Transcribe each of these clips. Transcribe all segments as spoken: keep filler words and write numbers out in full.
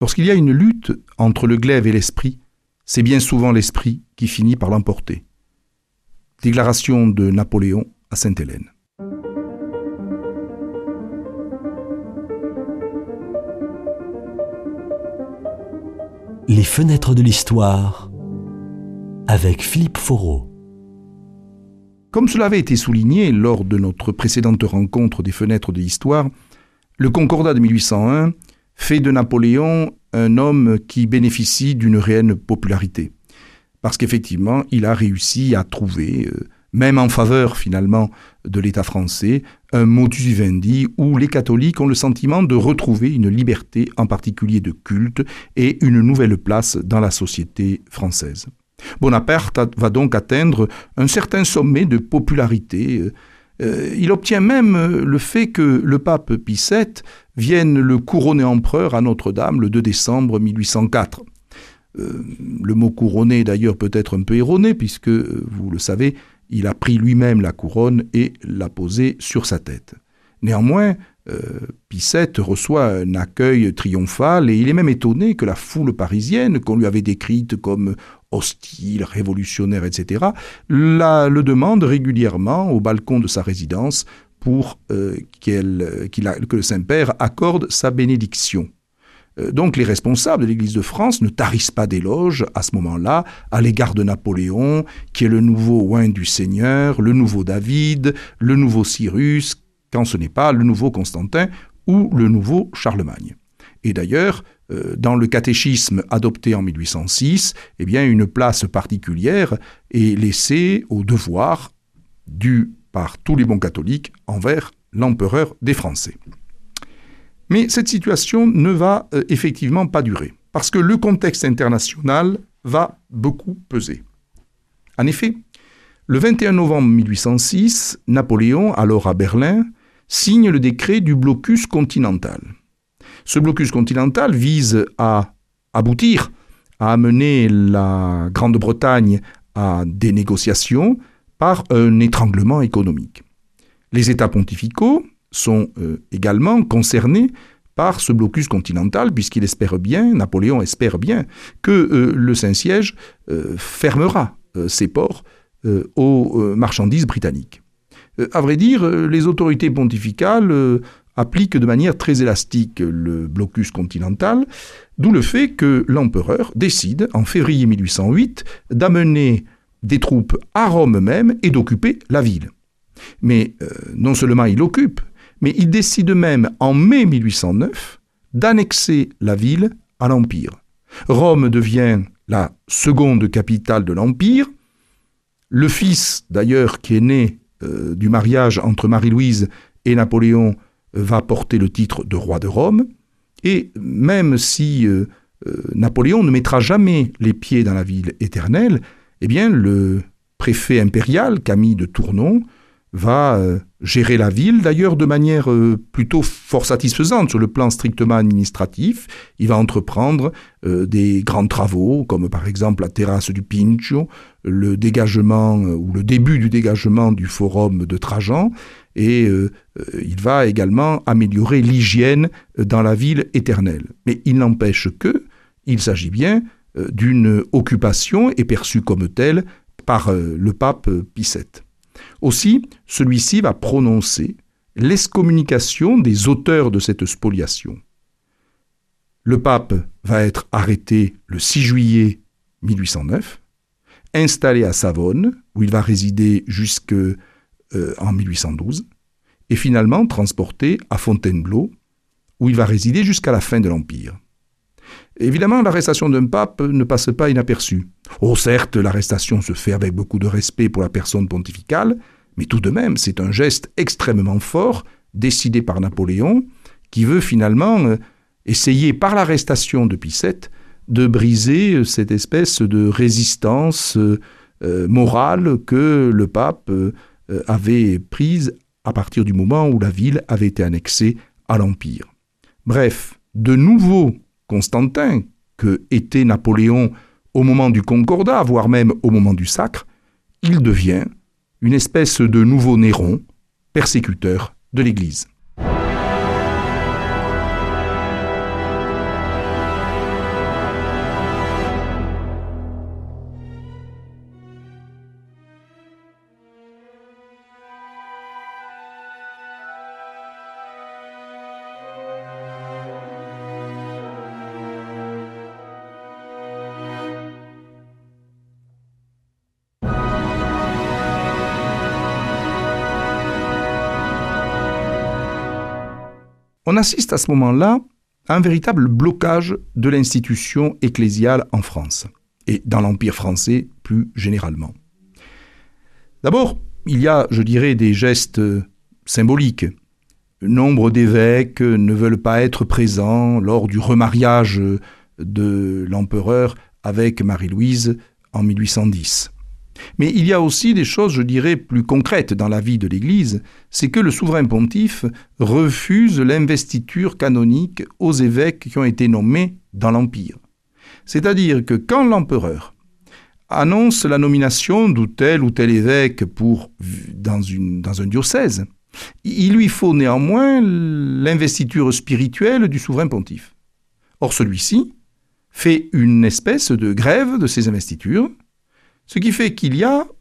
Lorsqu'il y a une lutte entre le glaive et l'esprit, c'est bien souvent l'esprit qui finit par l'emporter. Déclaration de Napoléon à Sainte-Hélène. Les fenêtres de l'histoire avec Philippe Foreau. Comme cela avait été souligné lors de notre précédente rencontre des fenêtres de l'histoire, le Concordat de mille huit cent un fait de Napoléon un homme qui bénéficie d'une réelle popularité. Parce qu'effectivement, il a réussi à trouver, euh, même en faveur finalement de l'État français, un modus vivendi où les catholiques ont le sentiment de retrouver une liberté, en particulier de culte, et une nouvelle place dans la société française. Bonaparte va donc atteindre un certain sommet de popularité. Euh, il obtient même le fait que le pape Pie sept vienne le couronner empereur à Notre-Dame le deux décembre mille huit cent quatre. Euh, le mot couronner d'ailleurs peut être un peu erroné puisque, vous le savez, il a pris lui-même la couronne et l'a posée sur sa tête. Néanmoins, euh, Pie sept reçoit un accueil triomphal et il est même étonné que la foule parisienne, qu'on lui avait décrite comme hostile, révolutionnaire, et cetera, la, le demande régulièrement au balcon de sa résidence pour euh, qu'elle, qu'il a, que le Saint-Père accorde sa bénédiction. Euh, donc les responsables de l'Église de France ne tarissent pas d'éloges à ce moment-là à l'égard de Napoléon, qui est le nouveau oint du Seigneur, le nouveau David, le nouveau Cyrus, quand ce n'est pas le nouveau Constantin ou le nouveau Charlemagne. Et d'ailleurs, euh, dans le catéchisme adopté en mille huit cent six, eh bien, une place particulière est laissée au devoir dû par tous les bons catholiques envers l'empereur des Français. Mais cette situation ne va euh, effectivement pas durer, parce que le contexte international va beaucoup peser. En effet, le vingt et un novembre mille huit cent six, Napoléon, alors à Berlin, signe le décret du blocus continental. Ce blocus continental vise à aboutir, à amener la Grande-Bretagne à des négociations par un étranglement économique. Les États pontificaux sont euh, également concernés par ce blocus continental, puisqu'il espère bien, Napoléon espère bien, que euh, le Saint-Siège euh, fermera euh, ses ports euh, aux euh, marchandises britanniques. Euh, à vrai dire, euh, les autorités pontificales euh, appliquent de manière très élastique le blocus continental, d'où le fait que l'empereur décide, en février mille huit cent huit, d'amener des troupes à Rome même et d'occuper la ville. Mais euh, non seulement il occupe, mais il décide même, en mai mille huit cent neuf, d'annexer la ville à l'Empire. Rome devient la seconde capitale de l'Empire. Le fils, d'ailleurs, qui est né euh, du mariage entre Marie-Louise et Napoléon, va porter le titre de roi de Rome, et même si euh, euh, Napoléon ne mettra jamais les pieds dans la ville éternelle, eh bien le préfet impérial, Camille de Tournon, va euh, gérer la ville, d'ailleurs de manière euh, plutôt fort satisfaisante sur le plan strictement administratif. Il va entreprendre euh, des grands travaux, comme par exemple la terrasse du Pincio, le dégagement euh, ou le début du dégagement du forum de Trajan, et euh, euh, il va également améliorer l'hygiène dans la ville éternelle. Mais il n'empêche que il s'agit bien euh, d'une occupation et perçue comme telle par euh, le pape Pie sept. Aussi, celui-ci va prononcer l'excommunication des auteurs de cette spoliation. Le pape va être arrêté le six juillet mille huit cent neuf, installé à Savone, où il va résider jusqu'en euh, mille huit cent douze, et finalement transporté à Fontainebleau, où il va résider jusqu'à la fin de l'Empire. Évidemment, l'arrestation d'un pape ne passe pas inaperçue. Oh, certes, l'arrestation se fait avec beaucoup de respect pour la personne pontificale, mais tout de même, c'est un geste extrêmement fort, décidé par Napoléon, qui veut finalement euh, essayer, par l'arrestation de Pie sept, de briser euh, cette espèce de résistance euh, euh, morale que le pape euh, avait prise à partir du moment où la ville avait été annexée à l'Empire. Bref, de nouveau Constantin, que était Napoléon au moment du Concordat, voire même au moment du Sacre, il devient une espèce de nouveau Néron, persécuteur de l'Église. On assiste à ce moment-là à un véritable blocage de l'institution ecclésiale en France, et dans l'Empire français plus généralement. D'abord, il y a, je dirais, des gestes symboliques. Nombre d'évêques ne veulent pas être présents lors du remariage de l'empereur avec Marie-Louise en mille huit cent dix. Mais il y a aussi des choses, je dirais, plus concrètes dans la vie de l'Église, c'est que le souverain pontife refuse l'investiture canonique aux évêques qui ont été nommés dans l'Empire. C'est-à-dire que quand l'empereur annonce la nomination de tel ou tel évêque pour, dans, une, dans un diocèse, il lui faut néanmoins l'investiture spirituelle du souverain pontife. Or celui-ci fait une espèce de grève de ses investitures, ce qui fait qu'il y a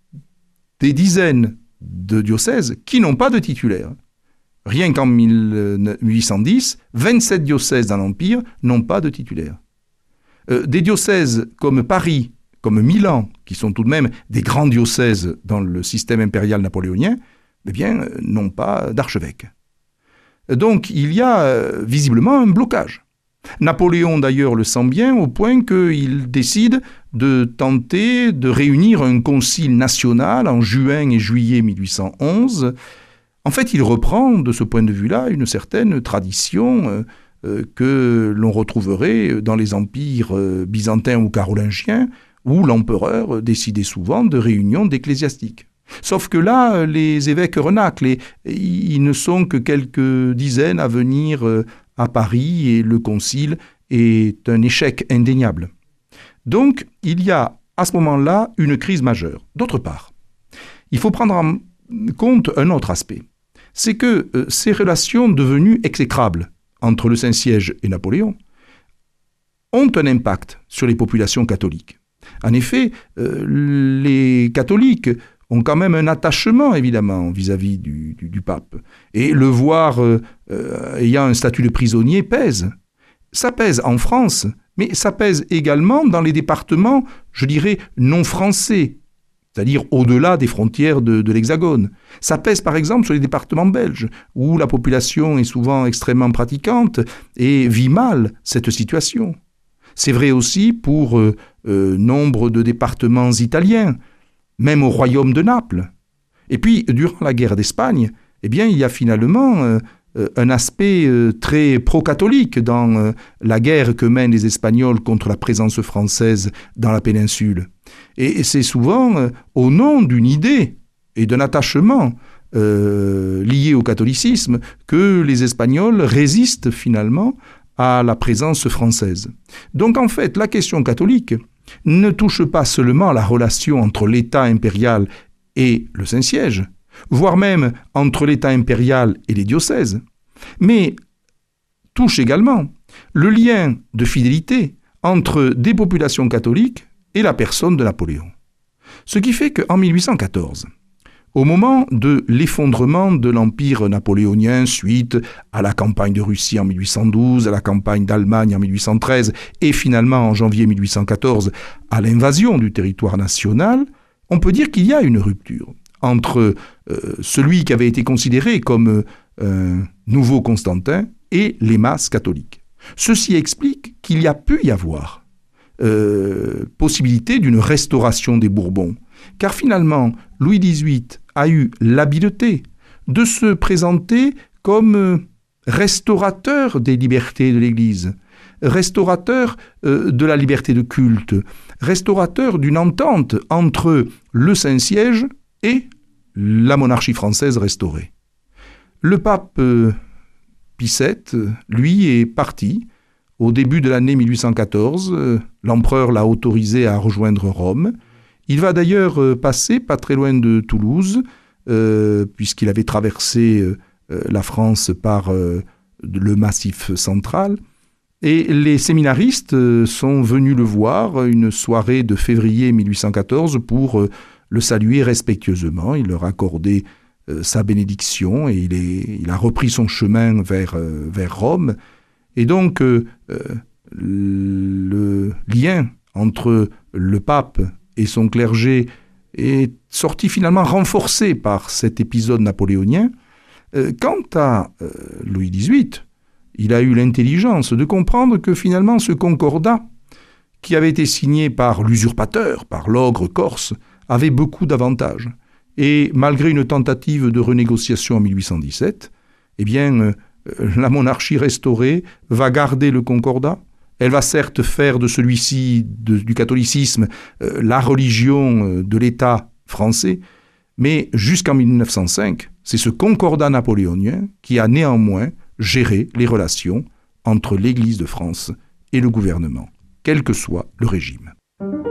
des dizaines de diocèses qui n'ont pas de titulaire. Rien qu'en mille huit cent dix, vingt-sept diocèses dans l'Empire n'ont pas de titulaire. Euh, des diocèses comme Paris, comme Milan, qui sont tout de même des grands diocèses dans le système impérial napoléonien, eh bien, n'ont pas d'archevêque. Donc, il y a euh, visiblement un blocage. Napoléon, d'ailleurs, le sent bien au point qu'il décide de tenter de réunir un concile national en juin et juillet mille huit cent onze. En fait, il reprend, de ce point de vue-là, une certaine tradition euh, euh, que l'on retrouverait dans les empires euh, byzantins ou carolingiens, où l'empereur décidait souvent de réunions d'ecclésiastiques. Sauf que là, les évêques renaclent et ils ne sont que quelques dizaines à venir à Paris et le concile est un échec indéniable. Donc, il y a à ce moment-là une crise majeure. D'autre part, il faut prendre en compte un autre aspect. C'est que euh, ces relations devenues exécrables entre le Saint-Siège et Napoléon ont un impact sur les populations catholiques. En effet, euh, les catholiques ont quand même un attachement, évidemment, vis-à-vis du, du, du pape. Et le voir euh, euh, ayant un statut de prisonnier pèse. Ça pèse en France, mais ça pèse également dans les départements, je dirais, non français, c'est-à-dire au-delà des frontières de, de l'Hexagone. Ça pèse par exemple sur les départements belges, où la population est souvent extrêmement pratiquante et vit mal cette situation. C'est vrai aussi pour euh, euh, nombre de départements italiens, même au royaume de Naples. Et puis, durant la guerre d'Espagne, eh bien, il y a finalement euh, un aspect euh, très pro-catholique dans euh, la guerre que mènent les Espagnols contre la présence française dans la péninsule. Et, et c'est souvent euh, au nom d'une idée et d'un attachement euh, lié au catholicisme que les Espagnols résistent finalement à la présence française. Donc en fait, la question catholique ne touche pas seulement la relation entre l'État impérial et le Saint-Siège, voire même entre l'État impérial et les diocèses, mais touche également le lien de fidélité entre des populations catholiques et la personne de Napoléon. Ce qui fait qu'en mille huit cent quatorze, au moment de l'effondrement de l'Empire napoléonien suite à la campagne de Russie en mille huit cent douze, à la campagne d'Allemagne en mille huit cent treize et finalement en janvier mille huit cent quatorze à l'invasion du territoire national, on peut dire qu'il y a une rupture entre euh, celui qui avait été considéré comme euh, un nouveau Constantin et les masses catholiques. Ceci explique qu'il y a pu y avoir euh, possibilité d'une restauration des Bourbons, car finalement Louis dix-huit a eu l'habileté de se présenter comme restaurateur des libertés de l'Église, restaurateur euh, de la liberté de culte, restaurateur d'une entente entre le Saint-Siège et la monarchie française restaurée. Le pape euh, Pie sept, lui, est parti au début de l'année mille huit cent quatorze. Euh, l'empereur l'a autorisé à rejoindre Rome. Il va d'ailleurs euh, passer pas très loin de Toulouse, euh, puisqu'il avait traversé euh, la France par euh, le Massif central. Et les séminaristes euh, sont venus le voir une soirée de février mille huit cent quatorze pour euh, le saluer respectueusement. Il leur a accordé euh, sa bénédiction et il, est, il a repris son chemin vers, euh, vers Rome. Et donc, euh, euh, le lien entre le pape et son clergé est sorti finalement renforcé par cet épisode napoléonien. Euh, quant à euh, Louis dix-huit, il a eu l'intelligence de comprendre que finalement ce concordat, qui avait été signé par l'usurpateur, par l'ogre corse, avait beaucoup d'avantages. Et malgré une tentative de renégociation en mille huit cent dix-sept, eh bien, euh, la monarchie restaurée va garder le concordat. Elle va certes faire de celui-ci, de, du catholicisme, euh, la religion euh, de l'État français, mais jusqu'en mille neuf cent cinq, c'est ce concordat napoléonien qui a néanmoins géré les relations entre l'Église de France et le gouvernement, quel que soit le régime.